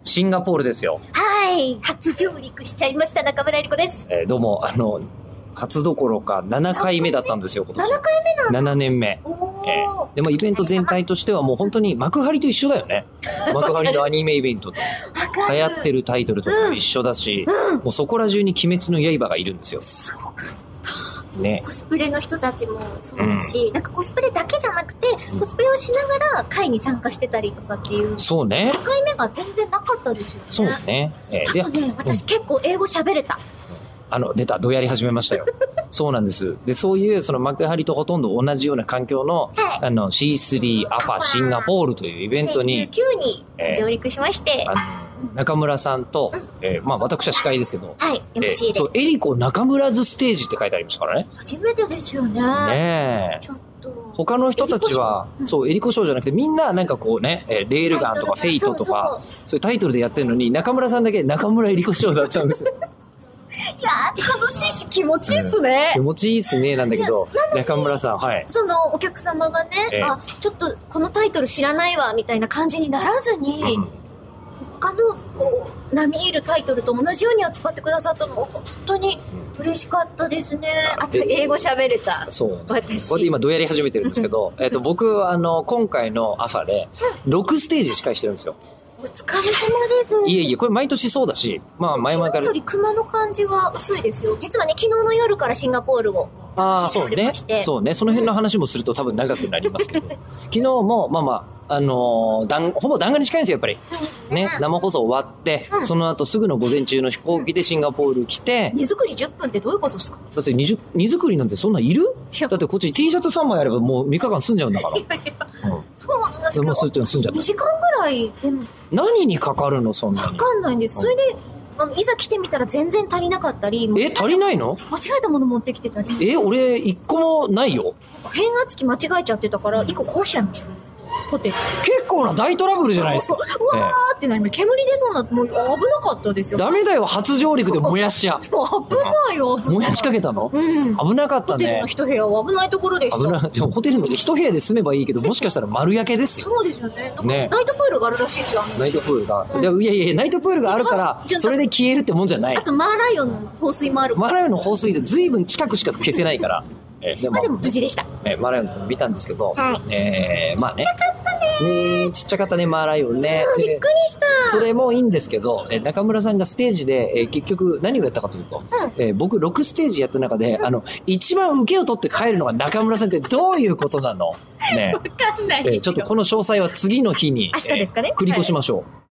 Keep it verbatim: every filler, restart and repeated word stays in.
シンガポールですよ。 はい。初上陸しちゃいました、中村えり子です。 えー、どうも、あの、初どころかななかいめだったんですよ、今年。 ななかいめなんだ。 ななねんめ。えー、でもイベント全体としてはもう本当に幕張と一緒だよね。幕張のアニメイベントと流行ってるタイトルとも一緒だし、うん、もうそこら中に鬼滅の刃がいるんですよ。 すごかった。 ね、 コスプレの人たちもそうだし、うん、なんかコスプレだけじゃなくて、コスプレをしながら会に参加してたりとかっていう。 そうね。 にかいめが全然なかったですよね。 そうね。 えー、あとね、私結構英語喋れた。 あの、出た、どうやり始めましたよ。そうなんです。で、そういう、その幕張とほとんど同じような環境の、はい、あの、シースリー アファシンガポールというイベントに、 にせんじゅうきゅうに上陸しまして、えー、あの中村さんと、うん、えー、まあ私は司会ですけど、 はい、エムシー で。 そう、エリコ中村ズステージって書いてありましたからね。 初めてですよね。 ねえ。 ちょっと。 他の人たちは、うん、そう、エリコショーじゃなくて、みんななんかこうね、レールガンとかフェイトとか、そういうタイトルでやってるのに、中村さんだけ中村エリコショーだったんですよ。 いやー、楽しいし気持ちいいっすね、 うん、気持ちいいっすねなんだけど、中村さん、はい、 そのお客様がね、ええ、あ、ちょっとこのタイトル知らないわみたいな感じにならずに、うん、他のこう並みいるタイトルと同じように扱ってくださったのが本当に嬉しかったですね。うん、あと英語喋れた。 そう。 私。 これで今どうやり始めてるんですけど、えっと僕あの今回のアファでろくステージ司会してるんですよ。 お疲れ様です。 いえいえ、これ毎年そうだし、まあ前々から。 昨日より熊の感じは薄いですよ。実はね、昨日の夜からシンガポールを。 ああ、そうね。そうね。その辺の話もすると多分長くなりますけど。昨日も、まあまあ、あのー、弾ほぼ弾丸に近いんですよ、やっぱり。ね。生放送終わって、うん、その後すぐの午前中の飛行機でシンガポール来て。 荷造りじゅっぷんってどういうことですか？ だって荷造りなんてそんなんいる？だってこっち T シャツさんまいあればもうみっかかん住んじゃうんだから。いやいや、うん、そうなんですけど。もう住んじゃう、住んじゃう。 にじかんぐらいでも。 何にかかるのそんなに。 わかんないんです。それで、あのいざ来てみたら全然足りなかったり。 え、足りないの？ 間違えたもの持ってきてたり。 え、俺一個もないよ。 変圧器間違えちゃってたから一個壊しちゃいました。ホテル。 結構な大トラブルじゃないですか。 うわーってなります。煙出そうな、もう危なかったですよ。 ダメだよ、初上陸で燃やしちゃ。 もう危ないよ。 燃やしかけたの？うん。危なかったね。 ホテルの一部屋は危ないところでした。 危ない。じゃホテルの一部屋で住めばいいけど、もしかしたら丸焼けですよ。 そうですよね。ね。ナイトプールがあるらしいですよ。 ナイトプールが。うん、いやいや、ナイトプールがあるから、それで消えるってもんじゃない。 あと、マーライオンの放水もある。 マーライオンの放水で随分近くしか消せないから。 えでも、まあ、でも無事でした。 えマーライオン見たんですけど、 はい、 えー、まあね。 ちっちゃかったね。 ねちっちゃかったね、マーライオンね。 びっくりした。 それもいいんですけど、え中村さんがステージで、えー、結局何をやったかというと、うんえー、僕ろくステージやった中で、うん、あの、一番受けを取って帰るのが中村さんってどういうことなのね。 わかんない、 えー。ちょっとこの詳細は次の日に、 明日ですかね、 えー、繰り越しましょう。はい